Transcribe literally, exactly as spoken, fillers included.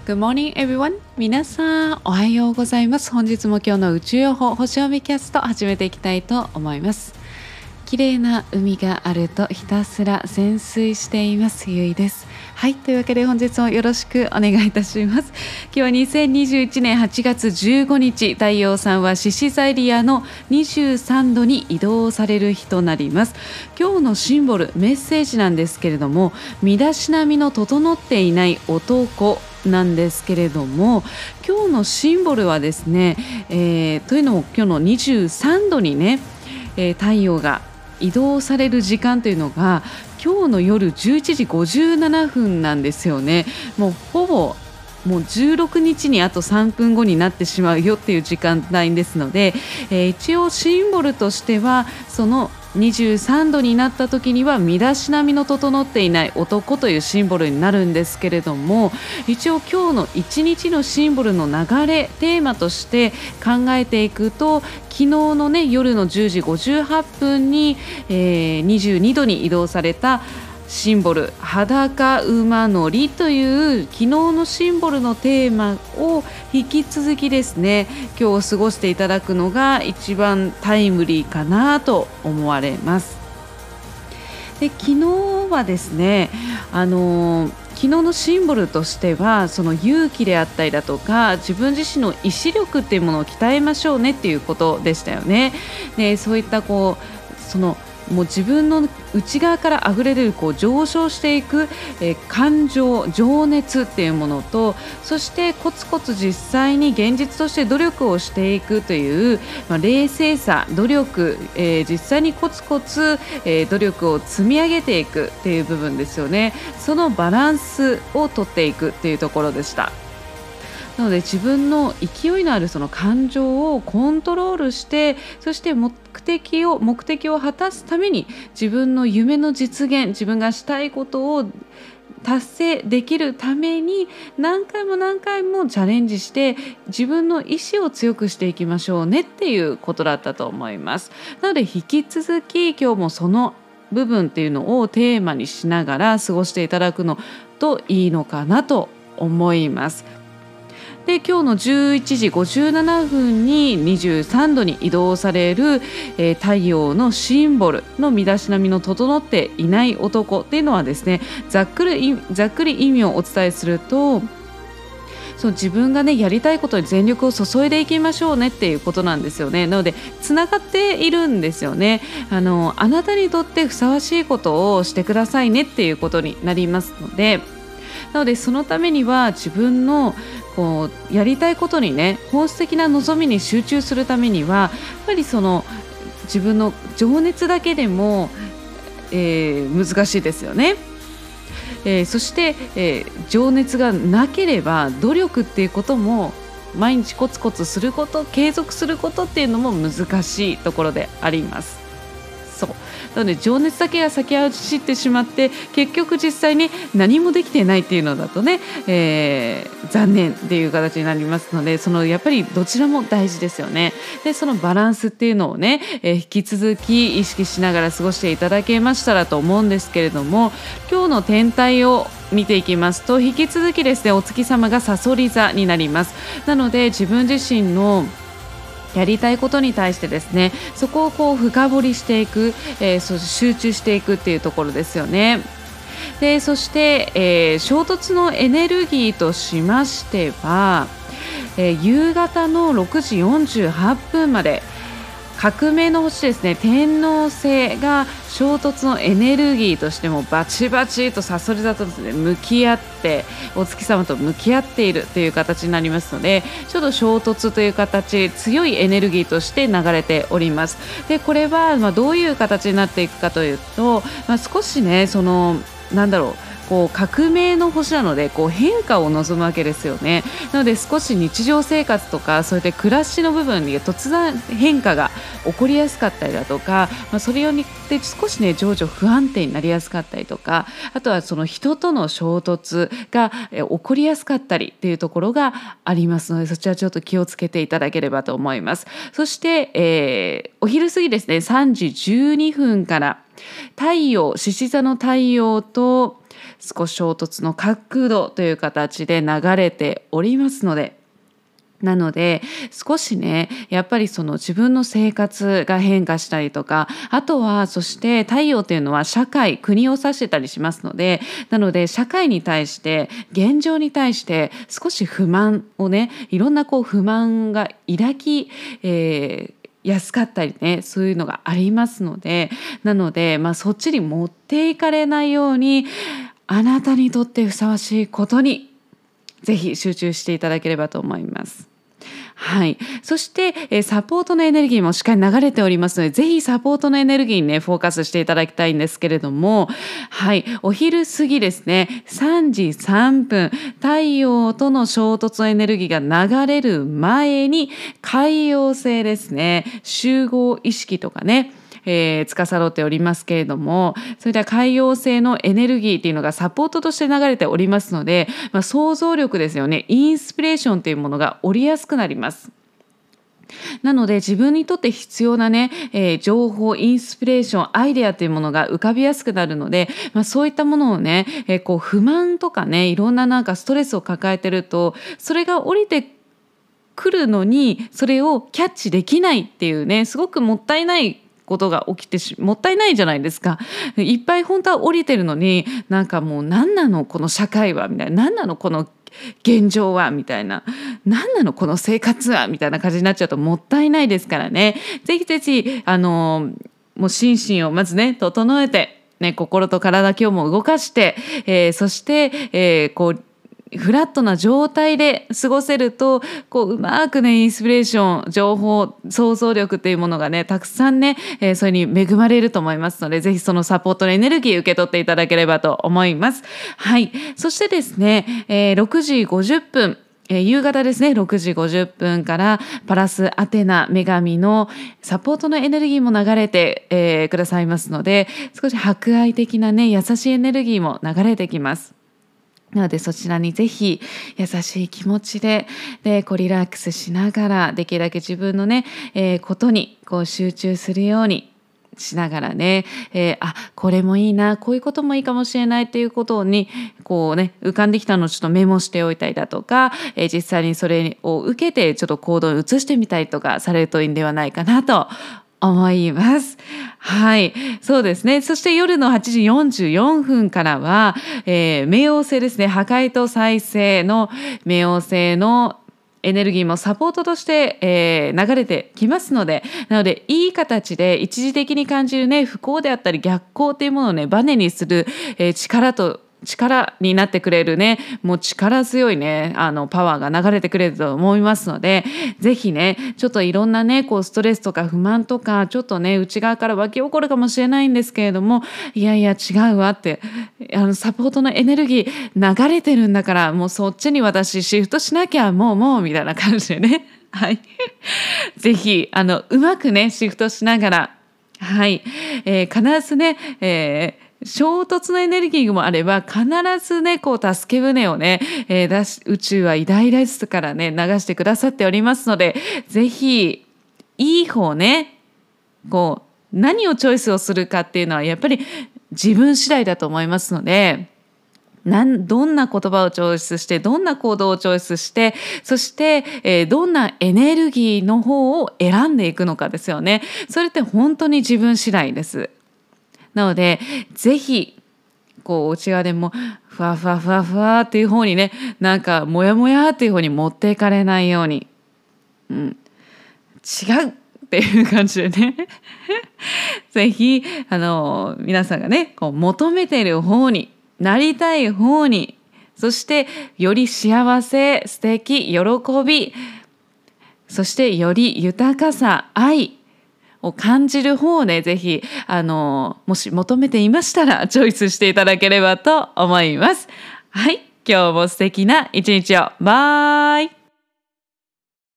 Good morning, everyone. 皆さん、おはようございます。本日も今日の宇宙予報星読みキャスト始めていきたいと思います。綺麗な海があるとひたすら潜水しています。ゆいです。はい、というわけで本日もよろしくお願いいたします。今日はにせんにじゅういちねんはちがつじゅうごにち、太陽さんは獅子座エリアのにじゅうさんどに移動される日となります。今日のシンボル、メッセージなんですけれども、身だしなみの整っていない男なんですけれども、今日のシンボルはですね、えー、というのも今日のにじゅうさんどにね、えー、太陽が移動される時間というのが今日の夜じゅういちじごじゅうななふんなんですよね。もうほぼもうじゅうろくにちにあとさんぷんごになってしまうよっていう時間帯ですので、えー、一応シンボルとしてはそのにじゅうさんどになった時には身だしなみの整っていない男というシンボルになるんですけれども、一応今日のいちにちのシンボルの流れテーマとして考えていくと、昨日のね夜のじゅうじごじゅうはっぷんに、えー、にじゅうにどに移動されたシンボル裸馬乗りという昨日のシンボルのテーマを引き続きですね、今日過ごしていただくのが一番タイムリーかなと思われます。で、昨日はですね、あのー、昨日のシンボルとしてはその勇気であったりだとか自分自身の意志力っていうものを鍛えましょうねっていうことでしたよね。で、そういったこうそのもう自分の内側から溢れるこう上昇していく、えー、感情情熱っていうものと、そしてコツコツ実際に現実として努力をしていくという、まあ、冷静さ努力、えー、実際にコツコツ、えー、努力を積み上げていくっていう部分ですよね。そのバランスをとっていくっていうところでした。なので自分の勢いのあるその感情をコントロールして、そして目的を目的を果たすために自分の夢の実現、自分がしたいことを達成できるために何回も何回もチャレンジして自分の意志を強くしていきましょうねっていうことだったと思います。なので引き続き今日もその部分っていうのをテーマにしながら過ごしていただくのといいのかなと思います。で、今日のじゅういちじごじゅうななふんににじゅうさんどに移動される、えー、太陽のシンボルの身だしなみの整っていない男っていうのはですね、ざっくりざっくり意味をお伝えすると、そう自分がねやりたいことに全力を注いでいきましょうねっていうことなんですよね。なのでつながっているんですよね。あのあなたにとってふさわしいことをしてくださいねっていうことになりますので、なのでそのためには自分のこうやりたいことにね本質的な望みに集中するためにはやっぱりその自分の情熱だけでも、えー、難しいですよね。えー、そして、えー、情熱がなければ努力っていうことも毎日コツコツすること継続することっていうのも難しいところであります。そうなので情熱だけが先走ってしまって結局実際に何もできてないっていうのだとね、えー、残念っていう形になりますので、そのやっぱりどちらも大事ですよね。でそのバランスっていうのをね、えー、引き続き意識しながら過ごしていただけましたらと思うんですけれども、今日の天体を見ていきますと引き続きですねお月様がさそり座になります。なので自分自身のやりたいことに対してですねそこをこう深掘りしていく、えー、そ集中していくっていうところですよね。でそして、えー、衝突のエネルギーとしましては、えー、夕方のろくじよんじゅうはっぷんまで革命の星ですね天王星が衝突のエネルギーとしてもバチバチとさそり座とですね向き合ってお月様と向き合っているという形になりますので、ちょっと衝突という形強いエネルギーとして流れております。でこれはまあどういう形になっていくかというと、まあ、少しねそのなんだろうこう革命の星なのでこう変化を望むわけですよね。なので少し日常生活とかそういった暮らしの部分に突然変化が起こりやすかったりだとか、まあ、それによって少しね情緒不安定になりやすかったりとか、あとはその人との衝突が起こりやすかったりっていうところがありますので、そちらちょっと気をつけていただければと思います。そして、えー、お昼過ぎですねさんじじゅうにふんから太陽獅子座の太陽と少し衝突の角度という形で流れておりますので、なので少しねやっぱりその自分の生活が変化したりとか、あとはそして太陽というのは社会国を指してたりしますので、なので社会に対して現状に対して少し不満をね、いろんなこう不満が抱き、えー安かったりね、そういうのがありますので、なので、まあ、そっちに持っていかれないように、あなたにとってふさわしいことにぜひ集中していただければと思います。はい、そして、えー、サポートのエネルギーもしっかり流れておりますので、ぜひサポートのエネルギーにねフォーカスしていただきたいんですけれども、はい、お昼過ぎですね、さんじさんぷん、太陽との衝突エネルギーが流れる前に海洋星ですね、集合意識とかね、えー、司っておりますけれども、それでは海洋星のエネルギーっていうのがサポートとして流れておりますので、まあ、想像力ですよね、インスピレーションというものが降りやすくなります。なので自分にとって必要なね、えー、情報、インスピレーション、アイデアというものが浮かびやすくなるので、まあ、そういったものをね、えー、こう不満とかね、いろんななんかストレスを抱えてると、それが降りてくるのにそれをキャッチできないっていうね、すごくもったいないことが起きてしもったいないじゃないですか。いっぱい本当は降りてるのに、なんかもう何なのこの社会はみたいな、何なのこの現状はみたいな、何なのこの生活はみたいな感じになっちゃうともったいないですからね。ぜひぜひあのもう心身をまずね整えて、ね、心と体今日も動かして、えー、そして、えー、こうフラットな状態で過ごせると、こううまくねインスピレーション、情報、想像力っていうものがねたくさんね、えー、それに恵まれると思いますので、ぜひそのサポートのエネルギー受け取っていただければと思います。はい、そしてですね、えー、ろくじごじゅっぷん、えー、夕方ですね、ろくじごじゅっぷんからパラスアテナ女神のサポートのエネルギーも流れて、えー、くださいますので、少し博愛的なね優しいエネルギーも流れてきます。なのでそちらにぜひ優しい気持ちで、でこうリラックスしながら、できるだけ自分のね、えー、ことにこう集中するようにしながらね、えー、あこれもいいな、こういうこともいいかもしれないっていうことにこうね浮かんできたのをちょっとメモしておいたりだとか、えー、実際にそれを受けてちょっと行動に移してみたりとかされるといいんではないかなと思います。はい、そうですね。そして夜のはちじよんじゅうよんぷんからは、えー、冥王星ですね。破壊と再生の冥王星のエネルギーもサポートとして、えー、流れてきますので、なのでいい形で一時的に感じるね不幸であったり逆行っていうものをねバネにする、えー、力と力になってくれるね、もう力強いねあのパワーが流れてくれると思いますので、ぜひねちょっといろんなねこうストレスとか不満とかちょっとね内側から湧き起こるかもしれないんですけれども、いやいや違うわって、あのサポートのエネルギー流れてるんだから、もうそっちに私シフトしなきゃもうもうみたいな感じでねはい、ぜひあのうまくねシフトしながら、はい、えー、必ずね、えー衝突のエネルギーもあれば必ずねこう助け舟をね、えー、出し宇宙は偉大ですからね流してくださっておりますので、ぜひいい方ね、こう何をチョイスをするかっていうのはやっぱり自分次第だと思いますので、なんどんな言葉をチョイスして、どんな行動をチョイスして、そして、えー、どんなエネルギーの方を選んでいくのかですよね。それって本当に自分次第です。なのでぜひこう内側でもふわふわふわふわっていう方にね、なんかモヤモヤっていう方に持っていかれないように、うん、違うっていう感じでねぜひあの皆さんがねこう求めている方になりたい方に、そしてより幸せ、素敵、喜び、そしてより豊かさ、愛を感じる方で、ぜひあのもし求めていましたらチョイスしていただければと思います。はい、今日も素敵な一日を。バイ。